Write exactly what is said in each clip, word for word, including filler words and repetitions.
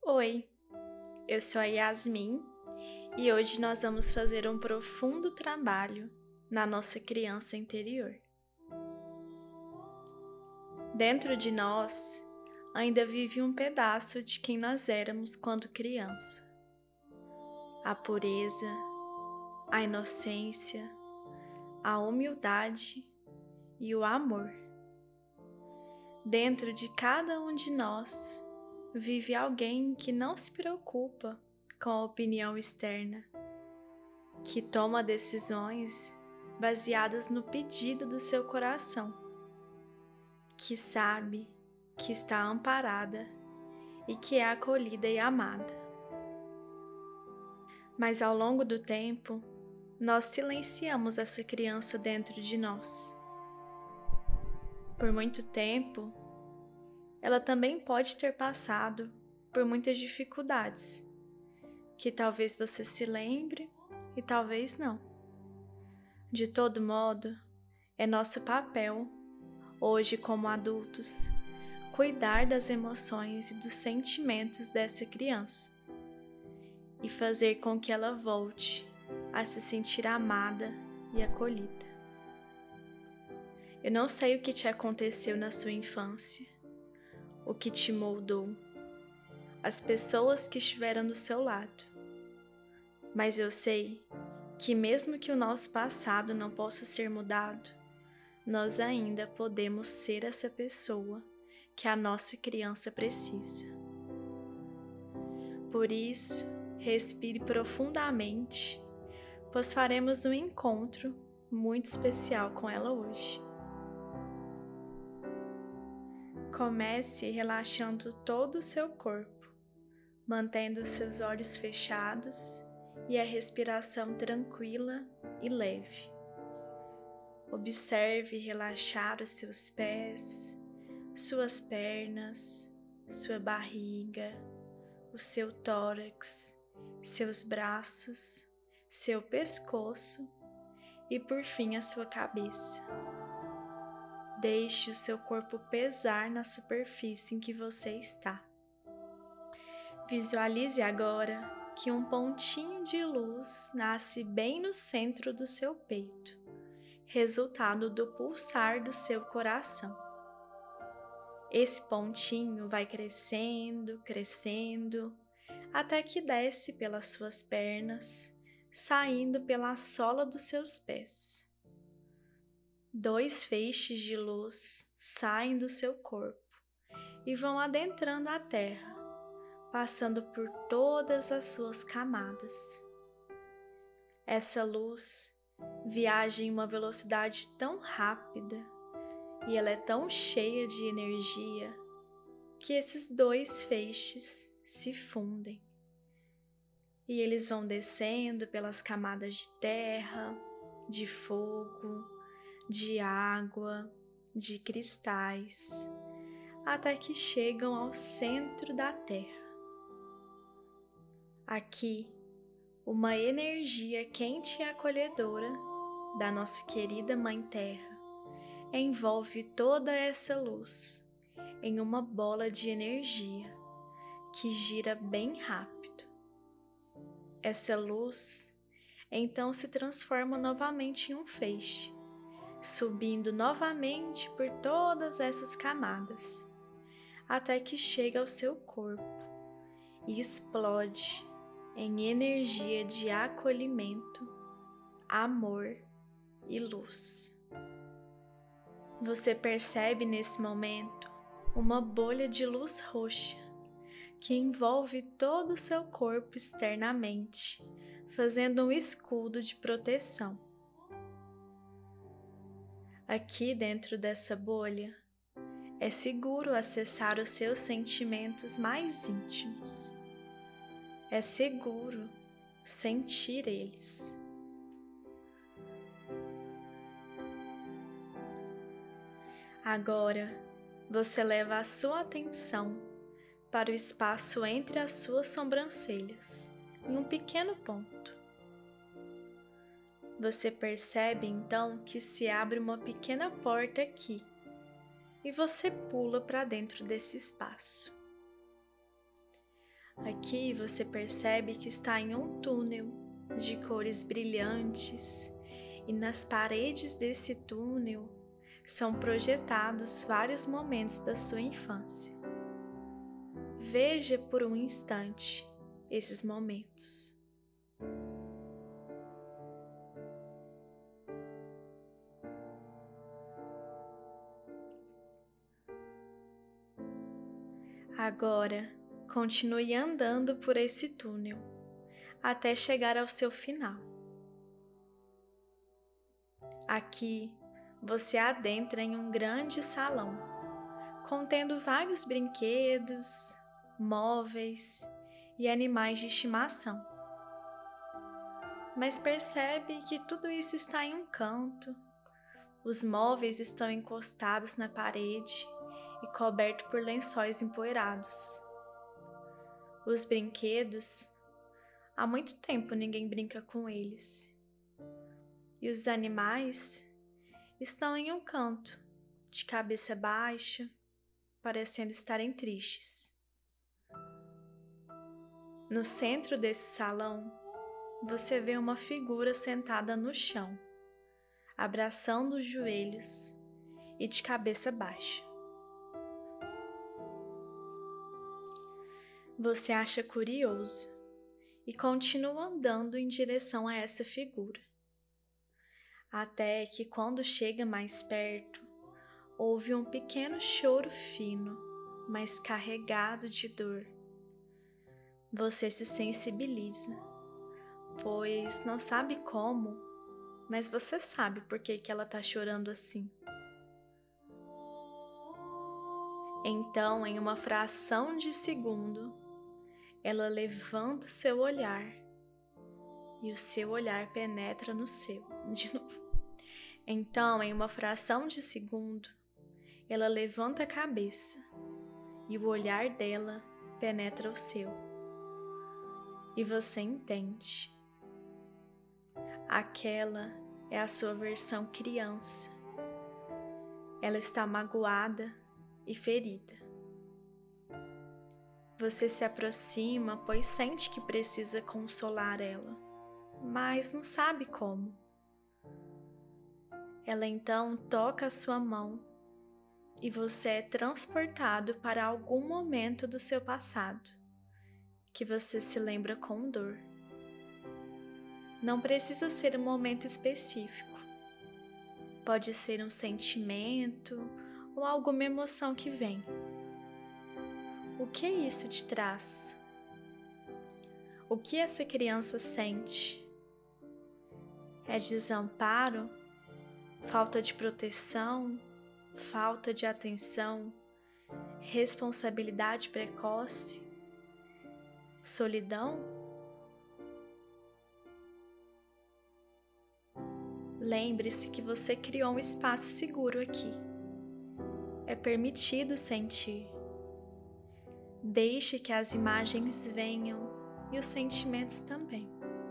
Oi, eu sou a Yasmin e hoje nós vamos fazer um profundo trabalho na nossa criança interior. Dentro de nós ainda vive um pedaço de quem nós éramos quando criança. A pureza, a inocência, a humildade e o amor. Dentro de cada um de nós vive alguém que não se preocupa com a opinião externa, que toma decisões baseadas no pedido do seu coração, que sabe que está amparada e que é acolhida e amada. Mas ao longo do tempo, nós silenciamos essa criança dentro de nós. Por muito tempo, ela também pode ter passado por muitas dificuldades, que talvez você se lembre e talvez não. De todo modo, é nosso papel, hoje como adultos, cuidar das emoções e dos sentimentos dessa criança e fazer com que ela volte a se sentir amada e acolhida. Eu não sei o que te aconteceu na sua infância, o que te moldou, as pessoas que estiveram do seu lado, mas eu sei que mesmo que o nosso passado não possa ser mudado, nós ainda podemos ser essa pessoa que a nossa criança precisa. Por isso, respire profundamente, pois faremos um encontro muito especial com ela hoje. Comece relaxando todo o seu corpo, mantendo seus olhos fechados e a respiração tranquila e leve. Observe relaxar os seus pés, suas pernas, sua barriga, o seu tórax, seus braços, seu pescoço e por fim a sua cabeça. Deixe o seu corpo pesar na superfície em que você está. Visualize agora que um pontinho de luz nasce bem no centro do seu peito, resultado do pulsar do seu coração. Esse pontinho vai crescendo, crescendo, até que desce pelas suas pernas, saindo pela sola dos seus pés. Dois feixes de luz saem do seu corpo e vão adentrando a terra, passando por todas as suas camadas. Essa luz viaja em uma velocidade tão rápida e ela é tão cheia de energia que esses dois feixes se fundem. E eles vão descendo pelas camadas de terra, de fogo, de água, de cristais, até que chegam ao centro da Terra. Aqui, uma energia quente e acolhedora da nossa querida Mãe Terra envolve toda essa luz em uma bola de energia que gira bem rápido. Essa luz então se transforma novamente em um feixe, subindo novamente por todas essas camadas, até que chega ao seu corpo e explode em energia de acolhimento, amor e luz. Você percebe nesse momento uma bolha de luz roxa que envolve todo o seu corpo externamente, fazendo um escudo de proteção. Aqui dentro dessa bolha, é seguro acessar os seus sentimentos mais íntimos. É seguro sentir eles. Agora, você leva a sua atenção para o espaço entre as suas sobrancelhas, em um pequeno ponto. Você percebe então que se abre uma pequena porta aqui e você pula para dentro desse espaço. Aqui você percebe que está em um túnel de cores brilhantes e nas paredes desse túnel são projetados vários momentos da sua infância. Veja por um instante esses momentos. Agora, continue andando por esse túnel até chegar ao seu final. Aqui, você adentra em um grande salão, contendo vários brinquedos, móveis e animais de estimação. Mas percebe que tudo isso está em um canto. Os móveis estão encostados na parede e cobertos por lençóis empoeirados. Os brinquedos, há muito tempo ninguém brinca com eles. E os animais estão em um canto, de cabeça baixa, parecendo estarem tristes. No centro desse salão, você vê uma figura sentada no chão, abraçando os joelhos e de cabeça baixa. Você acha curioso e continua andando em direção a essa figura. Até que, quando chega mais perto, ouve um pequeno choro fino, mas carregado de dor. Você se sensibiliza, pois não sabe como, mas você sabe por que que ela está chorando assim. Então, em uma fração de segundo, ela levanta o seu olhar e o seu olhar penetra no seu. De novo. Então, em uma fração de segundo, ela levanta a cabeça e o olhar dela penetra o seu. E você entende. Aquela é a sua versão criança. Ela está magoada e ferida. Você se aproxima, pois sente que precisa consolar ela, mas não sabe como. Ela então toca a sua mão e você é transportado para algum momento do seu passado, que você se lembra com dor. Não precisa ser um momento específico. Pode ser um sentimento ou alguma emoção que vem. O que isso te traz? O que essa criança sente? É desamparo? Falta de proteção? Falta de atenção? Responsabilidade precoce? Solidão? Lembre-se que você criou um espaço seguro aqui. É permitido sentir. Deixe que as imagens venham e os sentimentos também.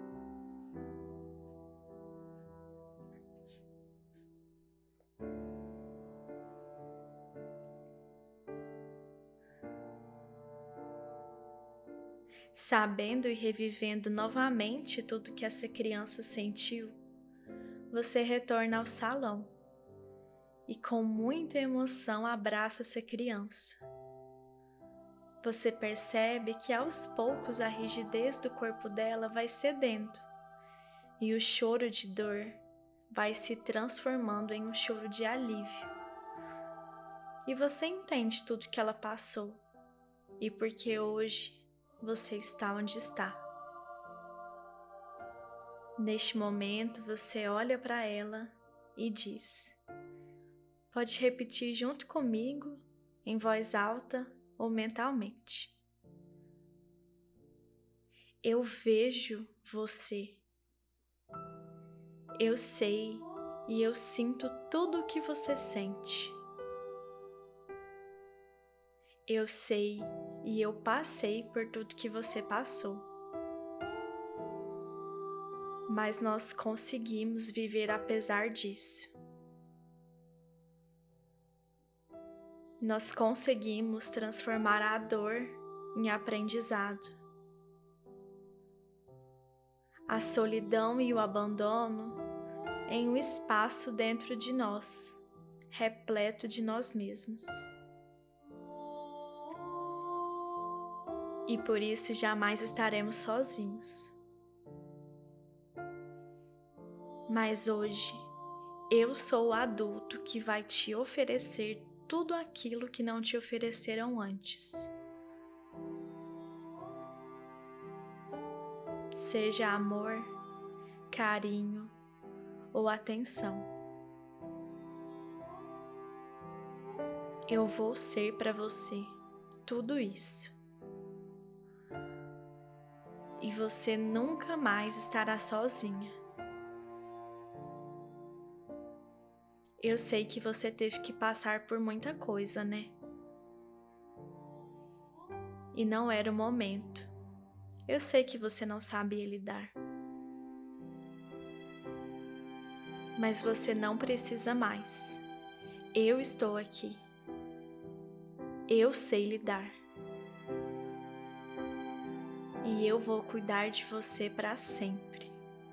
Sabendo e revivendo novamente tudo que essa criança sentiu, você retorna ao salão e com muita emoção abraça essa criança. Você percebe que aos poucos a rigidez do corpo dela vai cedendo e o choro de dor vai se transformando em um choro de alívio. E você entende tudo que ela passou e porque hoje você está onde está. Neste momento você olha para ela e diz: pode repetir junto comigo, em voz alta ou mentalmente. Eu vejo você. Eu sei e eu sinto tudo o que você sente. Eu sei e eu passei por tudo que você passou. Mas nós conseguimos viver apesar disso. Nós conseguimos transformar a dor em aprendizado. A solidão e o abandono em um espaço dentro de nós, repleto de nós mesmos. E por isso jamais estaremos sozinhos. Mas hoje, eu sou o adulto que vai te oferecer tudo aquilo que não te ofereceram antes. Seja amor, carinho ou atenção. Eu vou ser para você tudo isso. E você nunca mais estará sozinha. Eu sei que você teve que passar por muita coisa, né? E não era o momento. Eu sei que você não sabia lidar. Mas você não precisa mais. Eu estou aqui. Eu sei lidar. E eu vou cuidar de você para sempre.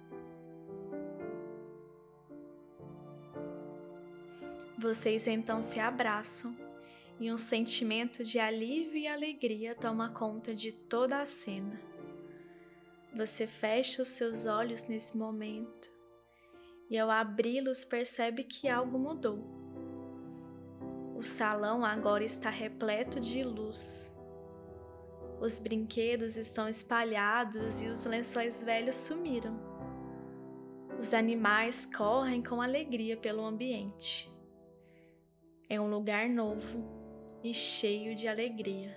Vocês então se abraçam e um sentimento de alívio e alegria toma conta de toda a cena. Você fecha os seus olhos nesse momento e ao abri-los percebe que algo mudou. O salão agora está repleto de luz. Os brinquedos estão espalhados e os lençóis velhos sumiram. Os animais correm com alegria pelo ambiente. É um lugar novo e cheio de alegria.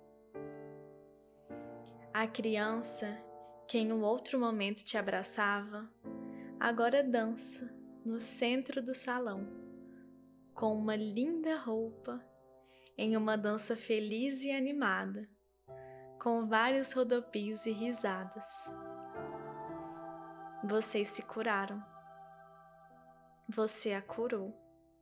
A criança, que em um outro momento te abraçava, agora dança no centro do salão, com uma linda roupa, em uma dança feliz e animada, com vários rodopios e risadas. Vocês se curaram. Você a curou.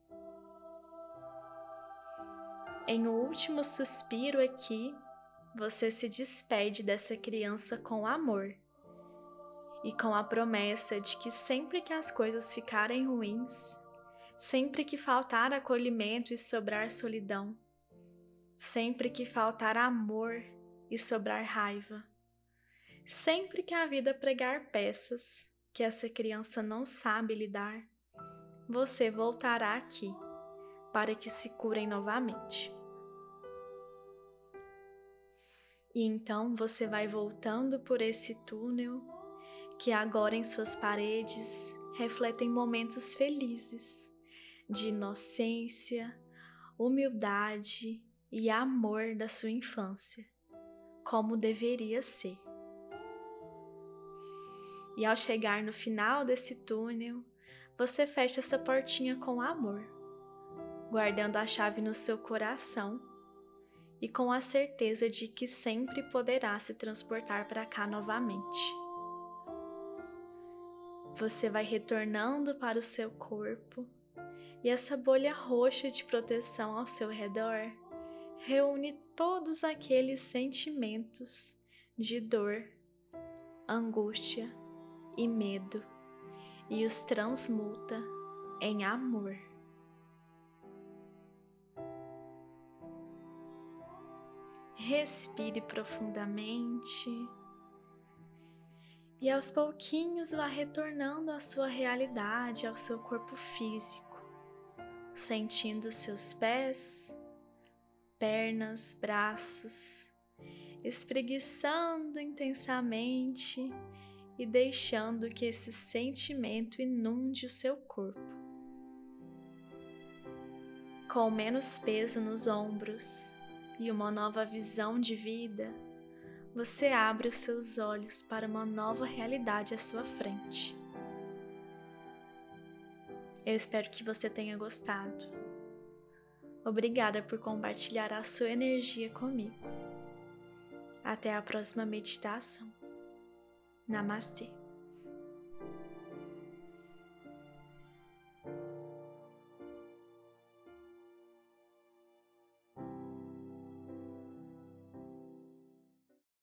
Em um último suspiro aqui, você se despede dessa criança com amor e com a promessa de que sempre que as coisas ficarem ruins, sempre que faltar acolhimento e sobrar solidão, sempre que faltar amor e sobrar raiva, sempre que a vida pregar peças que essa criança não sabe lidar, você voltará aqui para que se curem novamente. E então você vai voltando por esse túnel que agora em suas paredes refletem momentos felizes de inocência, humildade e amor da sua infância, como deveria ser. E ao chegar no final desse túnel, você fecha essa portinha com amor, guardando a chave no seu coração e com a certeza de que sempre poderá se transportar para cá novamente. Você vai retornando para o seu corpo e essa bolha roxa de proteção ao seu redor reúne todos aqueles sentimentos de dor, angústia e medo e os transmuta em amor. Respire profundamente e aos pouquinhos vá retornando à sua realidade, ao seu corpo físico, sentindo seus pés, pernas, braços, espreguiçando intensamente e deixando que esse sentimento inunde o seu corpo. Com menos peso nos ombros e uma nova visão de vida, você abre os seus olhos para uma nova realidade à sua frente. Eu espero que você tenha gostado. Obrigada por compartilhar a sua energia comigo. Até a próxima meditação. Namastê.